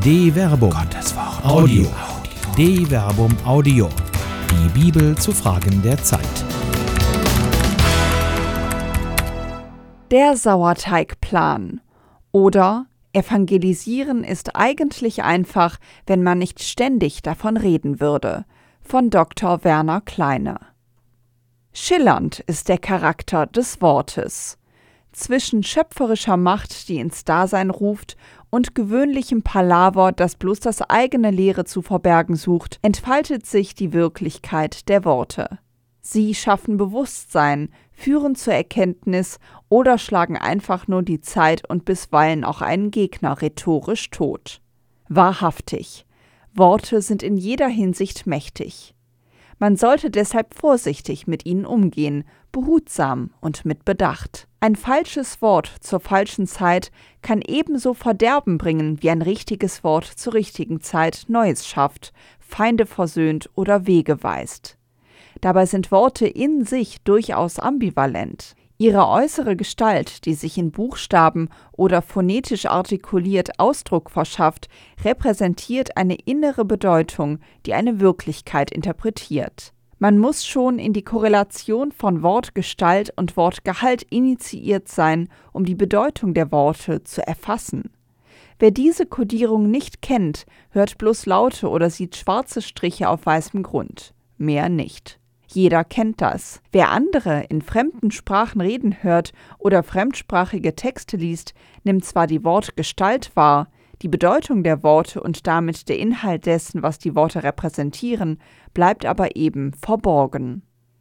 De Verbum. Gottes Wort. Audio. De Verbum Audio. Die Bibel zu Fragen der Zeit. Der Sauerteigplan oder Evangelisieren ist eigentlich einfach, wenn man nicht ständig davon reden würde. Von Dr. Werner Kleine. Schillernd ist der Charakter des Wortes. Zwischen schöpferischer Macht, die ins Dasein ruft, und gewöhnlichem Palaver, das bloß das eigene Leere zu verbergen sucht, entfaltet sich die Wirklichkeit der Worte. Sie schaffen Bewusstsein, führen zur Erkenntnis oder schlagen einfach nur die Zeit und bisweilen auch einen Gegner rhetorisch tot. Wahrhaftig, Worte sind in jeder Hinsicht mächtig. Man sollte deshalb vorsichtig mit ihnen umgehen, behutsam und mit Bedacht. Ein falsches Wort zur falschen Zeit kann ebenso Verderben bringen, wie ein richtiges Wort zur richtigen Zeit Neues schafft, Feinde versöhnt oder Wege weist. Dabei sind Worte in sich durchaus ambivalent. Ihre äußere Gestalt, die sich in Buchstaben oder phonetisch artikuliert Ausdruck verschafft, repräsentiert eine innere Bedeutung, die eine Wirklichkeit interpretiert. Man muss schon in die Korrelation von Wortgestalt und Wortgehalt initiiert sein, um die Bedeutung der Worte zu erfassen. Wer diese Kodierung nicht kennt, hört bloß Laute oder sieht schwarze Striche auf weißem Grund. Mehr nicht. Jeder kennt das. Wer andere in fremden Sprachen reden hört oder fremdsprachige Texte liest, nimmt zwar die Wortgestalt wahr, die Bedeutung der Worte und damit der Inhalt dessen, was die Worte repräsentieren, bleibt aber eben verborgen.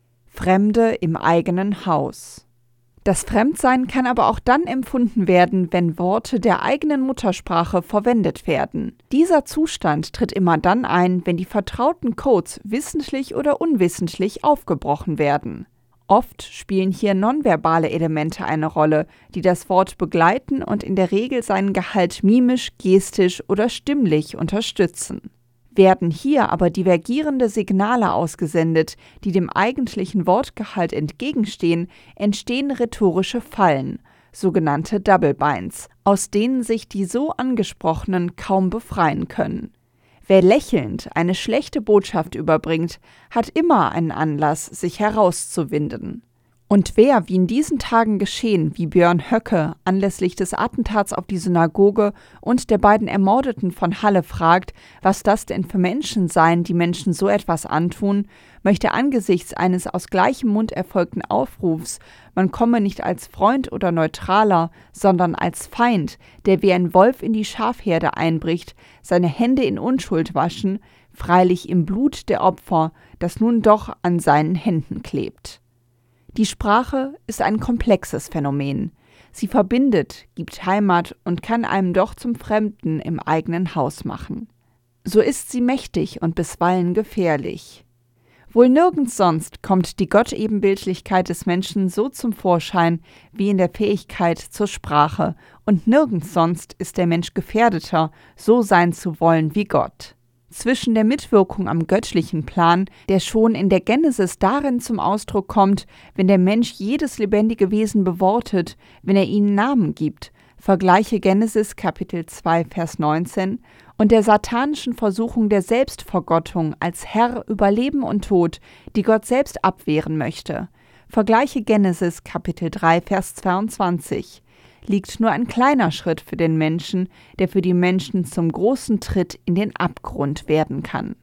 Fremde im eigenen Haus. Das Fremdsein kann aber auch dann empfunden werden, wenn Worte der eigenen Muttersprache verwendet werden. Dieser Zustand tritt immer dann ein, wenn die vertrauten Codes wissentlich oder unwissentlich aufgebrochen werden. Oft spielen hier nonverbale Elemente eine Rolle, die das Wort begleiten und in der Regel seinen Gehalt mimisch, gestisch oder stimmlich unterstützen. Werden hier aber divergierende Signale ausgesendet, die dem eigentlichen Wortgehalt entgegenstehen, entstehen rhetorische Fallen, sogenannte Double Binds, aus denen sich die so angesprochenen kaum befreien können. Wer lächelnd eine schlechte Botschaft überbringt, hat immer einen Anlass, sich herauszuwinden. Und wer, wie in diesen Tagen geschehen, wie Björn Höcke anlässlich des Attentats auf die Synagoge und der beiden Ermordeten von Halle fragt, was das denn für Menschen seien, die Menschen so etwas antun, möchte angesichts eines aus gleichem Mund erfolgten Aufrufs, man komme nicht als Freund oder Neutraler, sondern als Feind, der wie ein Wolf in die Schafherde einbricht, seine Hände in Unschuld waschen, freilich im Blut der Opfer, das nun doch an seinen Händen klebt. Die Sprache ist ein komplexes Phänomen. Sie verbindet, gibt Heimat und kann einem doch zum Fremden im eigenen Haus machen. So ist sie mächtig und bisweilen gefährlich. Wohl nirgends sonst kommt die Gottebenbildlichkeit des Menschen so zum Vorschein wie in der Fähigkeit zur Sprache, und nirgends sonst ist der Mensch gefährdeter, so sein zu wollen wie Gott. Zwischen der Mitwirkung am göttlichen Plan, der schon in der Genesis darin zum Ausdruck kommt, wenn der Mensch jedes lebendige Wesen bewortet, wenn er ihnen Namen gibt, vergleiche Genesis Kapitel 2, Vers 19, und der satanischen Versuchung der Selbstvergottung als Herr über Leben und Tod, die Gott selbst abwehren möchte, vergleiche Genesis Kapitel 3, Vers 22, liegt nur ein kleiner Schritt für den Menschen, der für die Menschen zum großen Tritt in den Abgrund werden kann.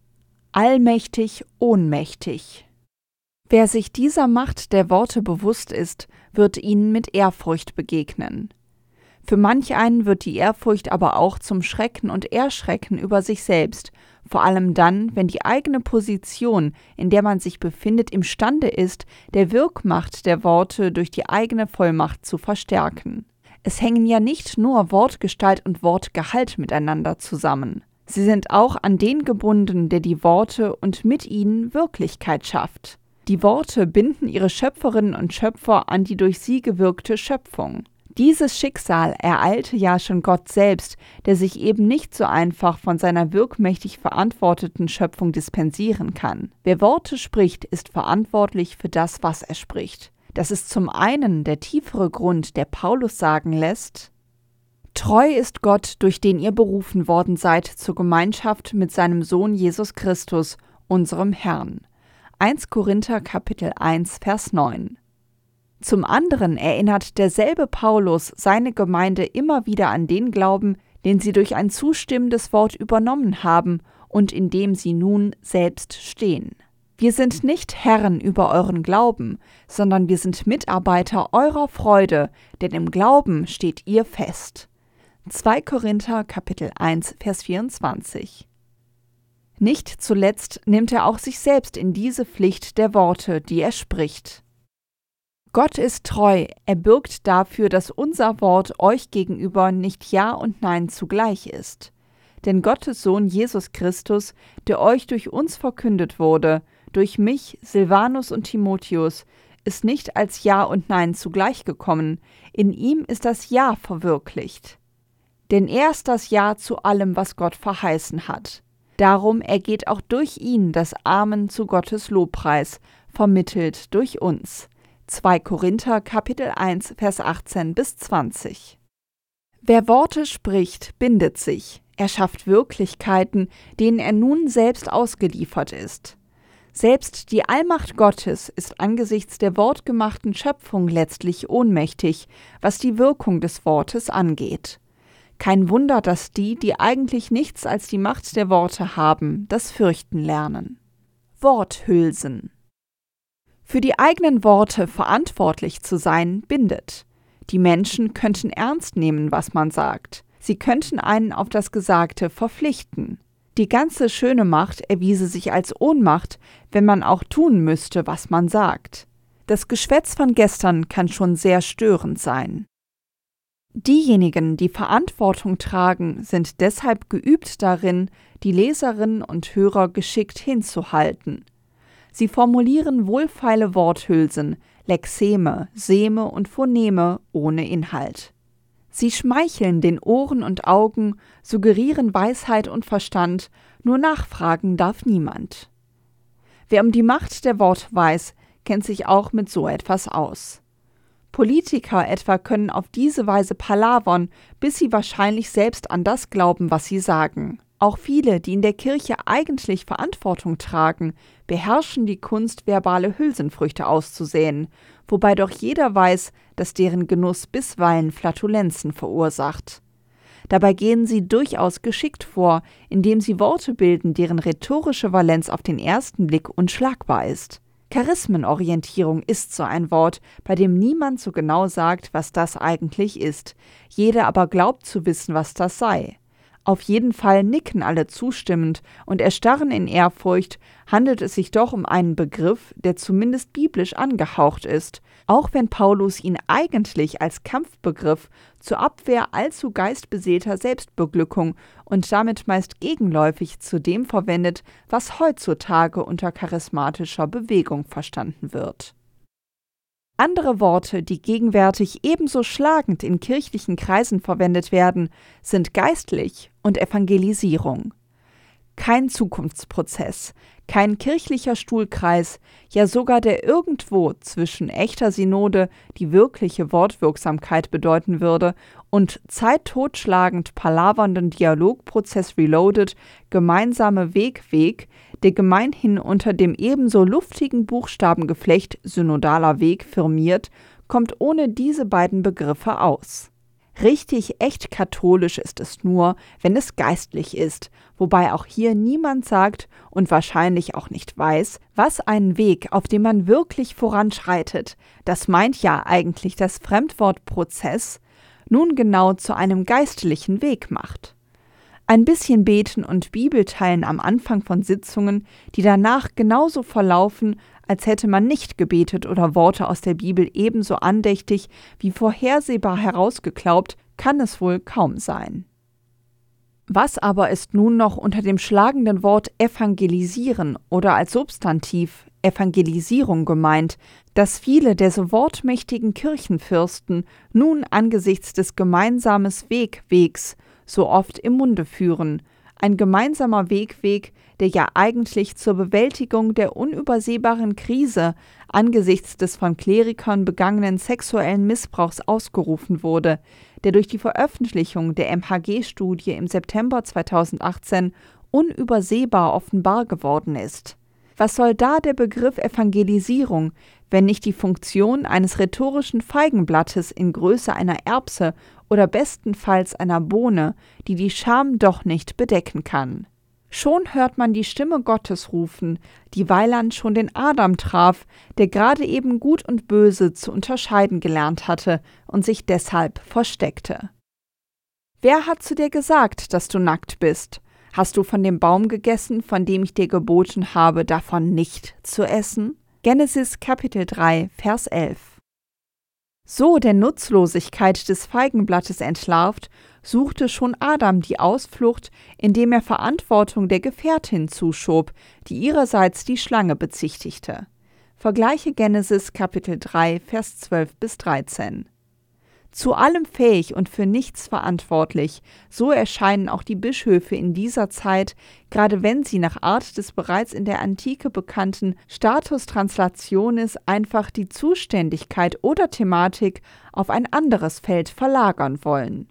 Allmächtig, ohnmächtig. Wer sich dieser Macht der Worte bewusst ist, wird ihnen mit Ehrfurcht begegnen. Für manch einen wird die Ehrfurcht aber auch zum Schrecken und Erschrecken über sich selbst, vor allem dann, wenn die eigene Position, in der man sich befindet, imstande ist, der Wirkmacht der Worte durch die eigene Vollmacht zu verstärken. Es hängen ja nicht nur Wortgestalt und Wortgehalt miteinander zusammen. Sie sind auch an den gebunden, der die Worte und mit ihnen Wirklichkeit schafft. Die Worte binden ihre Schöpferinnen und Schöpfer an die durch sie gewirkte Schöpfung. Dieses Schicksal ereilte ja schon Gott selbst, der sich eben nicht so einfach von seiner wirkmächtig verantworteten Schöpfung dispensieren kann. Wer Worte spricht, ist verantwortlich für das, was er spricht. Das ist zum einen der tiefere Grund, der Paulus sagen lässt: Treu ist Gott, durch den ihr berufen worden seid zur Gemeinschaft mit seinem Sohn Jesus Christus, unserem Herrn. 1 Korinther Kapitel 1, Vers 9. Zum anderen erinnert derselbe Paulus seine Gemeinde immer wieder an den Glauben, den sie durch ein zustimmendes Wort übernommen haben und in dem sie nun selbst stehen. Wir sind nicht Herren über euren Glauben, sondern wir sind Mitarbeiter eurer Freude, denn im Glauben steht ihr fest. 2 Korinther Kapitel 1, Vers 24. Nicht zuletzt nimmt er auch sich selbst in diese Pflicht der Worte, die er spricht. Gott ist treu, er bürgt dafür, dass unser Wort euch gegenüber nicht Ja und Nein zugleich ist. Denn Gottes Sohn Jesus Christus, der euch durch uns verkündet wurde, durch mich, Silvanus und Timotheus, ist nicht als Ja und Nein zugleich gekommen, in ihm ist das Ja verwirklicht. Denn er ist das Ja zu allem, was Gott verheißen hat. Darum ergeht auch durch ihn das Amen zu Gottes Lobpreis, vermittelt durch uns. 2 Korinther Kapitel 1, Vers 18 bis 20. Wer Worte spricht, bindet sich. Er schafft Wirklichkeiten, denen er nun selbst ausgeliefert ist. Selbst die Allmacht Gottes ist angesichts der wortgemachten Schöpfung letztlich ohnmächtig, was die Wirkung des Wortes angeht. Kein Wunder, dass die, die eigentlich nichts als die Macht der Worte haben, das Fürchten lernen. Worthülsen. Für die eigenen Worte verantwortlich zu sein, bindet. Die Menschen könnten ernst nehmen, was man sagt. Sie könnten einen auf das Gesagte verpflichten. Die ganze schöne Macht erwiese sich als Ohnmacht, wenn man auch tun müsste, was man sagt. Das Geschwätz von gestern kann schon sehr störend sein. Diejenigen, die Verantwortung tragen, sind deshalb geübt darin, die Leserinnen und Hörer geschickt hinzuhalten. Sie formulieren wohlfeile Worthülsen, Lexeme, Seme und Phoneme ohne Inhalt. Sie schmeicheln den Ohren und Augen, suggerieren Weisheit und Verstand, nur nachfragen darf niemand. Wer um die Macht der Worte weiß, kennt sich auch mit so etwas aus. Politiker etwa können auf diese Weise palavern, bis sie wahrscheinlich selbst an das glauben, was sie sagen. Auch viele, die in der Kirche eigentlich Verantwortung tragen, beherrschen die Kunst, verbale Hülsenfrüchte auszusäen, wobei doch jeder weiß, dass deren Genuss bisweilen Flatulenzen verursacht. Dabei gehen sie durchaus geschickt vor, indem sie Worte bilden, deren rhetorische Valenz auf den ersten Blick unschlagbar ist. Charismenorientierung ist so ein Wort, bei dem niemand so genau sagt, was das eigentlich ist, jeder aber glaubt zu wissen, was das sei. Auf jeden Fall nicken alle zustimmend und erstarren in Ehrfurcht, handelt es sich doch um einen Begriff, der zumindest biblisch angehaucht ist, auch wenn Paulus ihn eigentlich als Kampfbegriff zur Abwehr allzu geistbeseelter Selbstbeglückung und damit meist gegenläufig zu dem verwendet, was heutzutage unter charismatischer Bewegung verstanden wird. Andere Worte, die gegenwärtig ebenso schlagend in kirchlichen Kreisen verwendet werden, sind geistlich und Evangelisierung. Kein Zukunftsprozess, kein kirchlicher Stuhlkreis, ja sogar der irgendwo zwischen echter Synode, die wirkliche Wortwirksamkeit bedeuten würde, und zeittotschlagend palavernden Dialogprozess Reloaded, gemeinsame Weg, der gemeinhin unter dem ebenso luftigen Buchstabengeflecht synodaler Weg firmiert, kommt ohne diese beiden Begriffe aus. Richtig echt katholisch ist es nur, wenn es geistlich ist, wobei auch hier niemand sagt und wahrscheinlich auch nicht weiß, was einen Weg, auf dem man wirklich voranschreitet, das meint ja eigentlich das Fremdwort Prozess, nun genau zu einem geistlichen Weg macht. Ein bisschen beten und Bibelteilen am Anfang von Sitzungen, die danach genauso verlaufen, als hätte man nicht gebetet oder Worte aus der Bibel ebenso andächtig wie vorhersehbar herausgeklaubt, kann es wohl kaum sein. Was aber ist nun noch unter dem schlagenden Wort evangelisieren oder als Substantiv Evangelisierung gemeint, das viele der so wortmächtigen Kirchenfürsten nun angesichts des gemeinsamen Wegs so oft im Munde führen, ein gemeinsamer Wegweg, der ja eigentlich zur Bewältigung der unübersehbaren Krise angesichts des von Klerikern begangenen sexuellen Missbrauchs ausgerufen wurde, der durch die Veröffentlichung der MHG-Studie im September 2018 unübersehbar offenbar geworden ist. Was soll da der Begriff Evangelisierung, wenn nicht die Funktion eines rhetorischen Feigenblattes in Größe einer Erbse oder bestenfalls einer Bohne, die die Scham doch nicht bedecken kann? Schon hört man die Stimme Gottes rufen, die Weiland schon den Adam traf, der gerade eben Gut und Böse zu unterscheiden gelernt hatte und sich deshalb versteckte. Wer hat zu dir gesagt, dass du nackt bist? Hast du von dem Baum gegessen, von dem ich dir geboten habe, davon nicht zu essen? Genesis Kapitel 3, Vers 11. So der Nutzlosigkeit des Feigenblattes entlarvt, suchte schon Adam die Ausflucht, indem er Verantwortung der Gefährtin zuschob, die ihrerseits die Schlange bezichtigte. Vergleiche Genesis Kapitel 3, Vers 12 bis 13. Zu allem fähig und für nichts verantwortlich, so erscheinen auch die Bischöfe in dieser Zeit, gerade wenn sie nach Art des bereits in der Antike bekannten Status translationis einfach die Zuständigkeit oder Thematik auf ein anderes Feld verlagern wollen.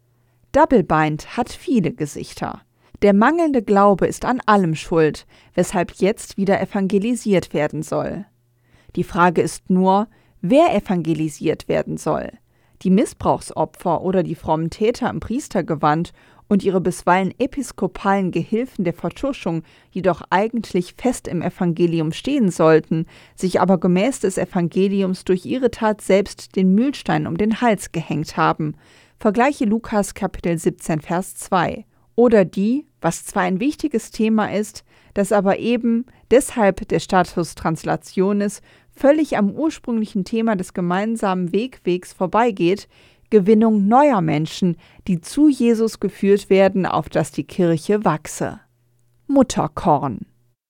Doublebind hat viele Gesichter. Der mangelnde Glaube ist an allem schuld, weshalb jetzt wieder evangelisiert werden soll. Die Frage ist nur, wer evangelisiert werden soll. Die Missbrauchsopfer oder die frommen Täter im Priestergewand und ihre bisweilen episkopalen Gehilfen der Vertuschung, die doch eigentlich fest im Evangelium stehen sollten, sich aber gemäß des Evangeliums durch ihre Tat selbst den Mühlstein um den Hals gehängt haben. Vergleiche Lukas Kapitel 17, Vers 2. Oder die, was zwar ein wichtiges Thema ist, das aber eben deshalb der Status translationis völlig am ursprünglichen Thema des gemeinsamen Wegwegs vorbeigeht, Gewinnung neuer Menschen, die zu Jesus geführt werden, auf dass die Kirche wachse. Mutterkorn.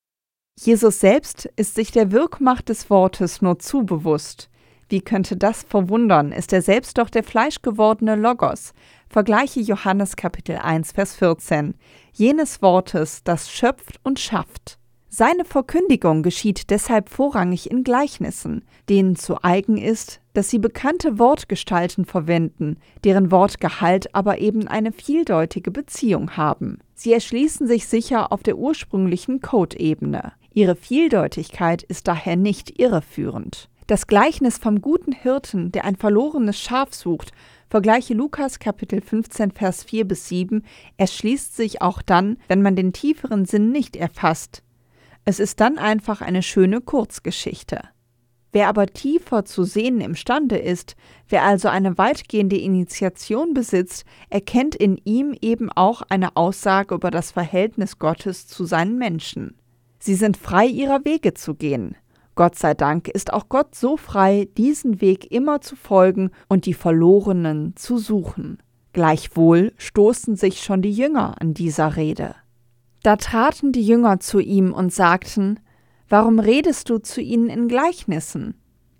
Jesus selbst ist sich der Wirkmacht des Wortes nur zu bewusst. Wie könnte das verwundern, ist er selbst doch der fleischgewordene Logos. Vergleiche Johannes Kapitel 1, Vers 14, jenes Wortes, das schöpft und schafft. Seine Verkündigung geschieht deshalb vorrangig in Gleichnissen, denen zu eigen ist, dass sie bekannte Wortgestalten verwenden, deren Wortgehalt aber eben eine vieldeutige Beziehung haben. Sie erschließen sich sicher auf der ursprünglichen Code-Ebene. Ihre Vieldeutigkeit ist daher nicht irreführend. Das Gleichnis vom guten Hirten, der ein verlorenes Schaf sucht, vergleiche Lukas Kapitel 15, Vers 4 bis 7, erschließt sich auch dann, wenn man den tieferen Sinn nicht erfasst. Es ist dann einfach eine schöne Kurzgeschichte. Wer aber tiefer zu sehen imstande ist, wer also eine weitgehende Initiation besitzt, erkennt in ihm eben auch eine Aussage über das Verhältnis Gottes zu seinen Menschen. Sie sind frei, ihrer Wege zu gehen. Gott sei Dank ist auch Gott so frei, diesen Weg immer zu folgen und die Verlorenen zu suchen. Gleichwohl stoßen sich schon die Jünger an dieser Rede. Da traten die Jünger zu ihm und sagten: Warum redest du zu ihnen in Gleichnissen?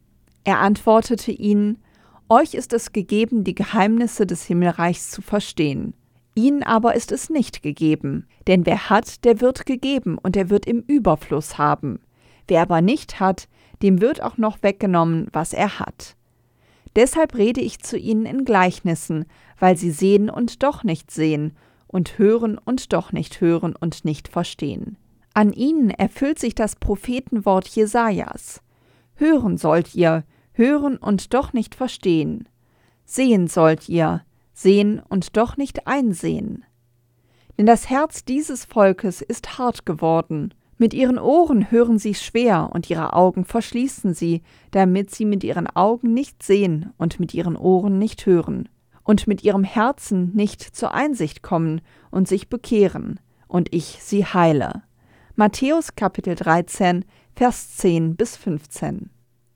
Er antwortete ihnen: Euch ist es gegeben, die Geheimnisse des Himmelreichs zu verstehen. Ihnen aber ist es nicht gegeben, denn wer hat, der wird gegeben und er wird im Überfluss haben. Wer aber nicht hat, dem wird auch noch weggenommen, was er hat. Deshalb rede ich zu ihnen in Gleichnissen, weil sie sehen und doch nicht sehen und hören und doch nicht hören und nicht verstehen. An ihnen erfüllt sich das Prophetenwort Jesajas. Hören sollt ihr, hören und doch nicht verstehen. Sehen sollt ihr, sehen und doch nicht einsehen. Denn das Herz dieses Volkes ist hart geworden. Mit ihren Ohren hören sie schwer und ihre Augen verschließen sie, damit sie mit ihren Augen nicht sehen und mit ihren Ohren nicht hören und mit ihrem Herzen nicht zur Einsicht kommen und sich bekehren und ich sie heile. Matthäus Kapitel 13, Vers 10 bis 15.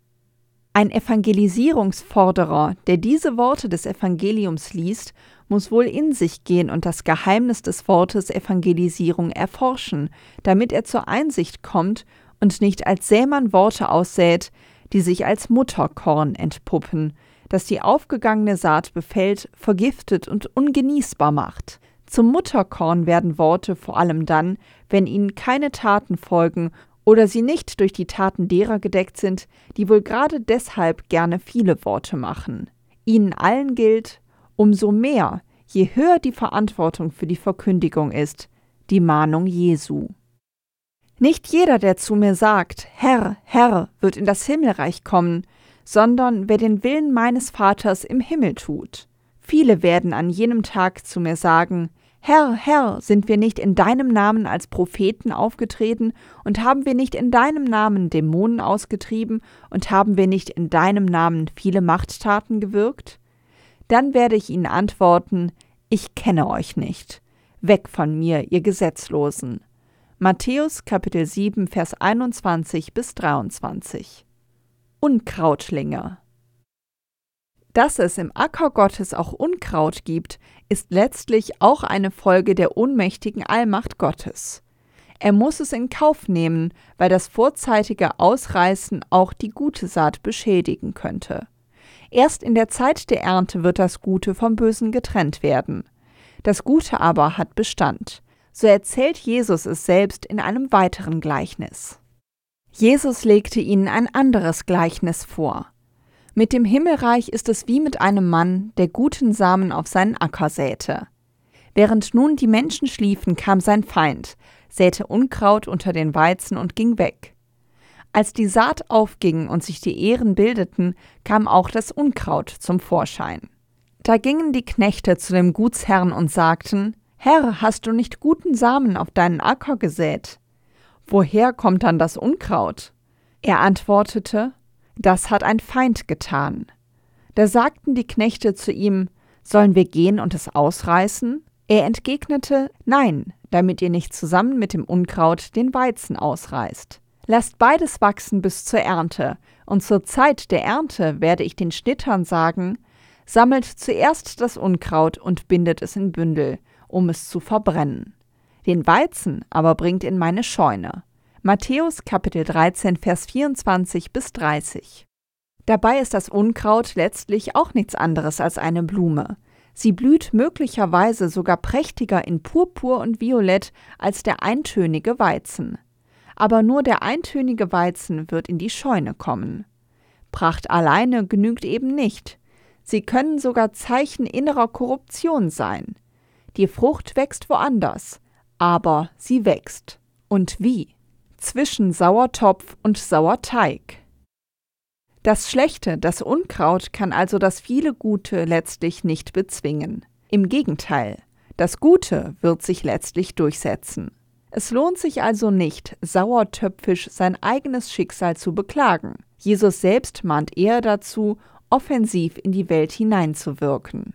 Ein Evangelisierungsforderer, der diese Worte des Evangeliums liest, muss wohl in sich gehen und das Geheimnis des Wortes Evangelisierung erforschen, damit er zur Einsicht kommt und nicht als Sämann Worte aussät, die sich als Mutterkorn entpuppen, das die aufgegangene Saat befällt, vergiftet und ungenießbar macht. Zum Mutterkorn werden Worte vor allem dann, wenn ihnen keine Taten folgen oder sie nicht durch die Taten derer gedeckt sind, die wohl gerade deshalb gerne viele Worte machen. Ihnen allen gilt, umso mehr, je höher die Verantwortung für die Verkündigung ist, die Mahnung Jesu. Nicht jeder, der zu mir sagt, Herr, Herr, wird in das Himmelreich kommen, sondern wer den Willen meines Vaters im Himmel tut. Viele werden an jenem Tag zu mir sagen, Herr, Herr, sind wir nicht in deinem Namen als Propheten aufgetreten und haben wir nicht in deinem Namen Dämonen ausgetrieben und haben wir nicht in deinem Namen viele Machttaten gewirkt? Dann werde ich ihnen antworten, ich kenne euch nicht. Weg von mir, ihr Gesetzlosen. Matthäus Kapitel 7, Vers 21 bis 23. Unkrautlinge. Dass es im Acker Gottes auch Unkraut gibt, ist letztlich auch eine Folge der ohnmächtigen Allmacht Gottes. Er muss es in Kauf nehmen, weil das vorzeitige Ausreißen auch die gute Saat beschädigen könnte. Erst in der Zeit der Ernte wird das Gute vom Bösen getrennt werden. Das Gute aber hat Bestand. So erzählt Jesus es selbst in einem weiteren Gleichnis. Jesus legte ihnen ein anderes Gleichnis vor. Mit dem Himmelreich ist es wie mit einem Mann, der guten Samen auf seinen Acker säte. Während nun die Menschen schliefen, kam sein Feind, säte Unkraut unter den Weizen und ging weg. Als die Saat aufging und sich die Ähren bildeten, kam auch das Unkraut zum Vorschein. Da gingen die Knechte zu dem Gutsherrn und sagten, Herr, hast du nicht guten Samen auf deinen Acker gesät? Woher kommt dann das Unkraut? Er antwortete, das hat ein Feind getan. Da sagten die Knechte zu ihm, sollen wir gehen und es ausreißen? Er entgegnete, nein, damit ihr nicht zusammen mit dem Unkraut den Weizen ausreißt. Lasst beides wachsen bis zur Ernte, und zur Zeit der Ernte werde ich den Schnittern sagen, sammelt zuerst das Unkraut und bindet es in Bündel, um es zu verbrennen. Den Weizen aber bringt in meine Scheune. Matthäus Kapitel 13, Vers 24 bis 30. Dabei ist das Unkraut letztlich auch nichts anderes als eine Blume. Sie blüht möglicherweise sogar prächtiger in Purpur und Violett als der eintönige Weizen. Aber nur der eintönige Weizen wird in die Scheune kommen. Pracht alleine genügt eben nicht. Sie können sogar Zeichen innerer Korruption sein. Die Frucht wächst woanders, aber sie wächst. Und wie? Zwischen Sauertopf und Sauerteig. Das Schlechte, das Unkraut, kann also das viele Gute letztlich nicht bezwingen. Im Gegenteil, das Gute wird sich letztlich durchsetzen. Es lohnt sich also nicht, sauertöpfisch sein eigenes Schicksal zu beklagen. Jesus selbst mahnt eher dazu, offensiv in die Welt hineinzuwirken.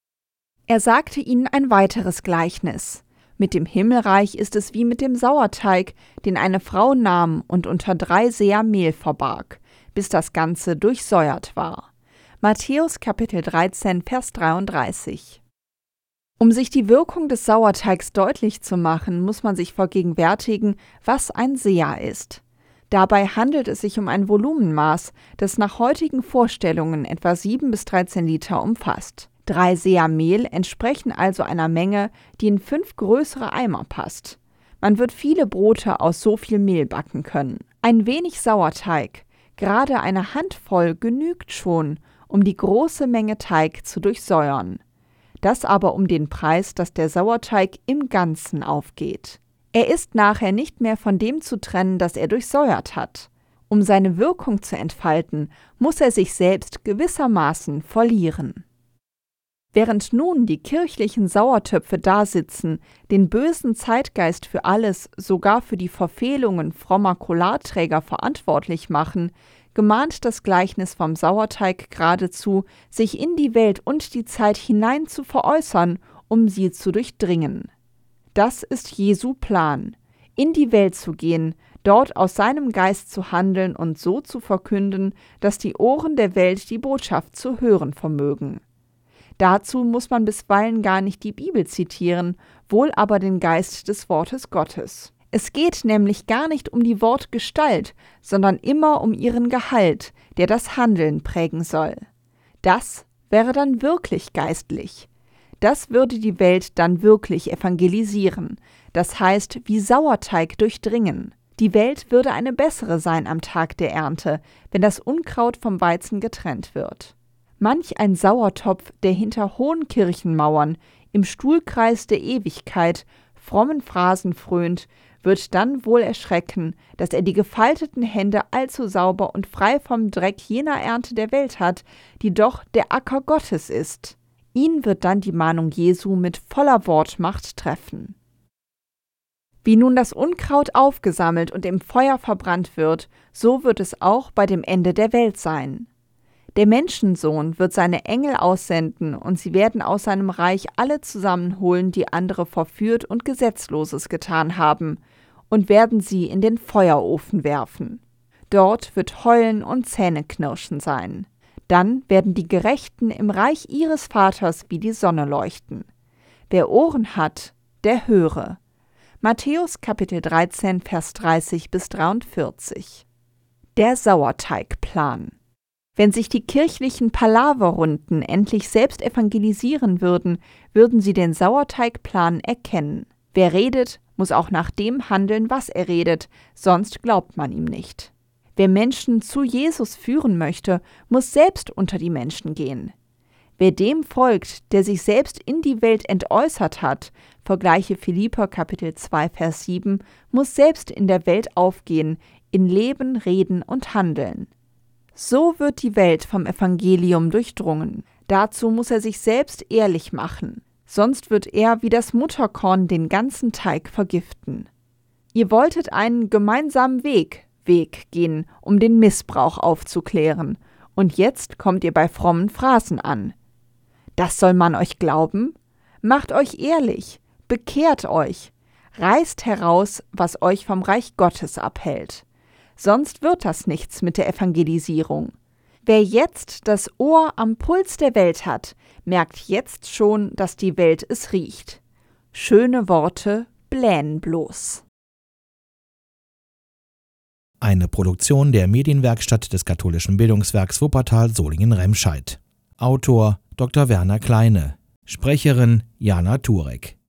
Er sagte ihnen ein weiteres Gleichnis. Mit dem Himmelreich ist es wie mit dem Sauerteig, den eine Frau nahm und unter 3 Seer Mehl verbarg, bis das Ganze durchsäuert war. Matthäus Kapitel 13, Vers 33. Um sich die Wirkung des Sauerteigs deutlich zu machen, muss man sich vergegenwärtigen, was ein Seer ist. Dabei handelt es sich um ein Volumenmaß, das nach heutigen Vorstellungen etwa 7 bis 13 Liter umfasst. 3 Seer Mehl entsprechen also einer Menge, die in 5 größere Eimer passt. Man wird viele Brote aus so viel Mehl backen können. Ein wenig Sauerteig, gerade eine Handvoll, genügt schon, um die große Menge Teig zu durchsäuern. Das aber um den Preis, dass der Sauerteig im Ganzen aufgeht. Er ist nachher nicht mehr von dem zu trennen, das er durchsäuert hat. Um seine Wirkung zu entfalten, muss er sich selbst gewissermaßen verlieren. Während nun die kirchlichen Sauertöpfe dasitzen, den bösen Zeitgeist für alles, sogar für die Verfehlungen frommer Colarträger verantwortlich machen, gemahnt das Gleichnis vom Sauerteig geradezu, sich in die Welt und die Zeit hinein zu veräußern, um sie zu durchdringen. Das ist Jesu Plan, in die Welt zu gehen, dort aus seinem Geist zu handeln und so zu verkünden, dass die Ohren der Welt die Botschaft zu hören vermögen. Dazu muss man bisweilen gar nicht die Bibel zitieren, wohl aber den Geist des Wortes Gottes. Es geht nämlich gar nicht um die Wortgestalt, sondern immer um ihren Gehalt, der das Handeln prägen soll. Das wäre dann wirklich geistlich. Das würde die Welt dann wirklich evangelisieren, das heißt wie Sauerteig durchdringen. Die Welt würde eine bessere sein am Tag der Ernte, wenn das Unkraut vom Weizen getrennt wird. Manch ein Sauertopf, der hinter hohen Kirchenmauern, im Stuhlkreis der Ewigkeit, frommen Phrasen frönt, wird dann wohl erschrecken, dass er die gefalteten Hände allzu sauber und frei vom Dreck jener Ernte der Welt hat, die doch der Acker Gottes ist. Ihn wird dann die Mahnung Jesu mit voller Wortmacht treffen. Wie nun das Unkraut aufgesammelt und im Feuer verbrannt wird, so wird es auch bei dem Ende der Welt sein. Der Menschensohn wird seine Engel aussenden, und sie werden aus seinem Reich alle zusammenholen, die andere verführt und Gesetzloses getan haben, und werden sie in den Feuerofen werfen. Dort wird Heulen und Zähneknirschen sein. Dann werden die Gerechten im Reich ihres Vaters wie die Sonne leuchten. Wer Ohren hat, der höre. Matthäus Kapitel 13, Vers 30 bis 43. Der Sauerteigplan. Wenn sich die kirchlichen Palaverrunden endlich selbst evangelisieren würden, würden sie den Sauerteigplan erkennen. Wer redet, muss auch nach dem handeln, was er redet, sonst glaubt man ihm nicht. Wer Menschen zu Jesus führen möchte, muss selbst unter die Menschen gehen. Wer dem folgt, der sich selbst in die Welt entäußert hat, vergleiche Philipper Kapitel 2, Vers 7, muss selbst in der Welt aufgehen, in Leben, Reden und Handeln. So wird die Welt vom Evangelium durchdrungen. Dazu muss er sich selbst ehrlich machen, sonst wird er wie das Mutterkorn den ganzen Teig vergiften. Ihr wolltet einen gemeinsamen Weg gehen, um den Missbrauch aufzuklären, und jetzt kommt ihr bei frommen Phrasen an. Das soll man euch glauben? Macht euch ehrlich, bekehrt euch, reißt heraus, was euch vom Reich Gottes abhält. Sonst wird das nichts mit der Evangelisierung. Wer jetzt das Ohr am Puls der Welt hat, merkt jetzt schon, dass die Welt es riecht. Schöne Worte blähen bloß. Eine Produktion der Medienwerkstatt des katholischen Bildungswerks Wuppertal Solingen-Remscheid. Autor Dr. Werner Kleine. Sprecherin Jana Turek.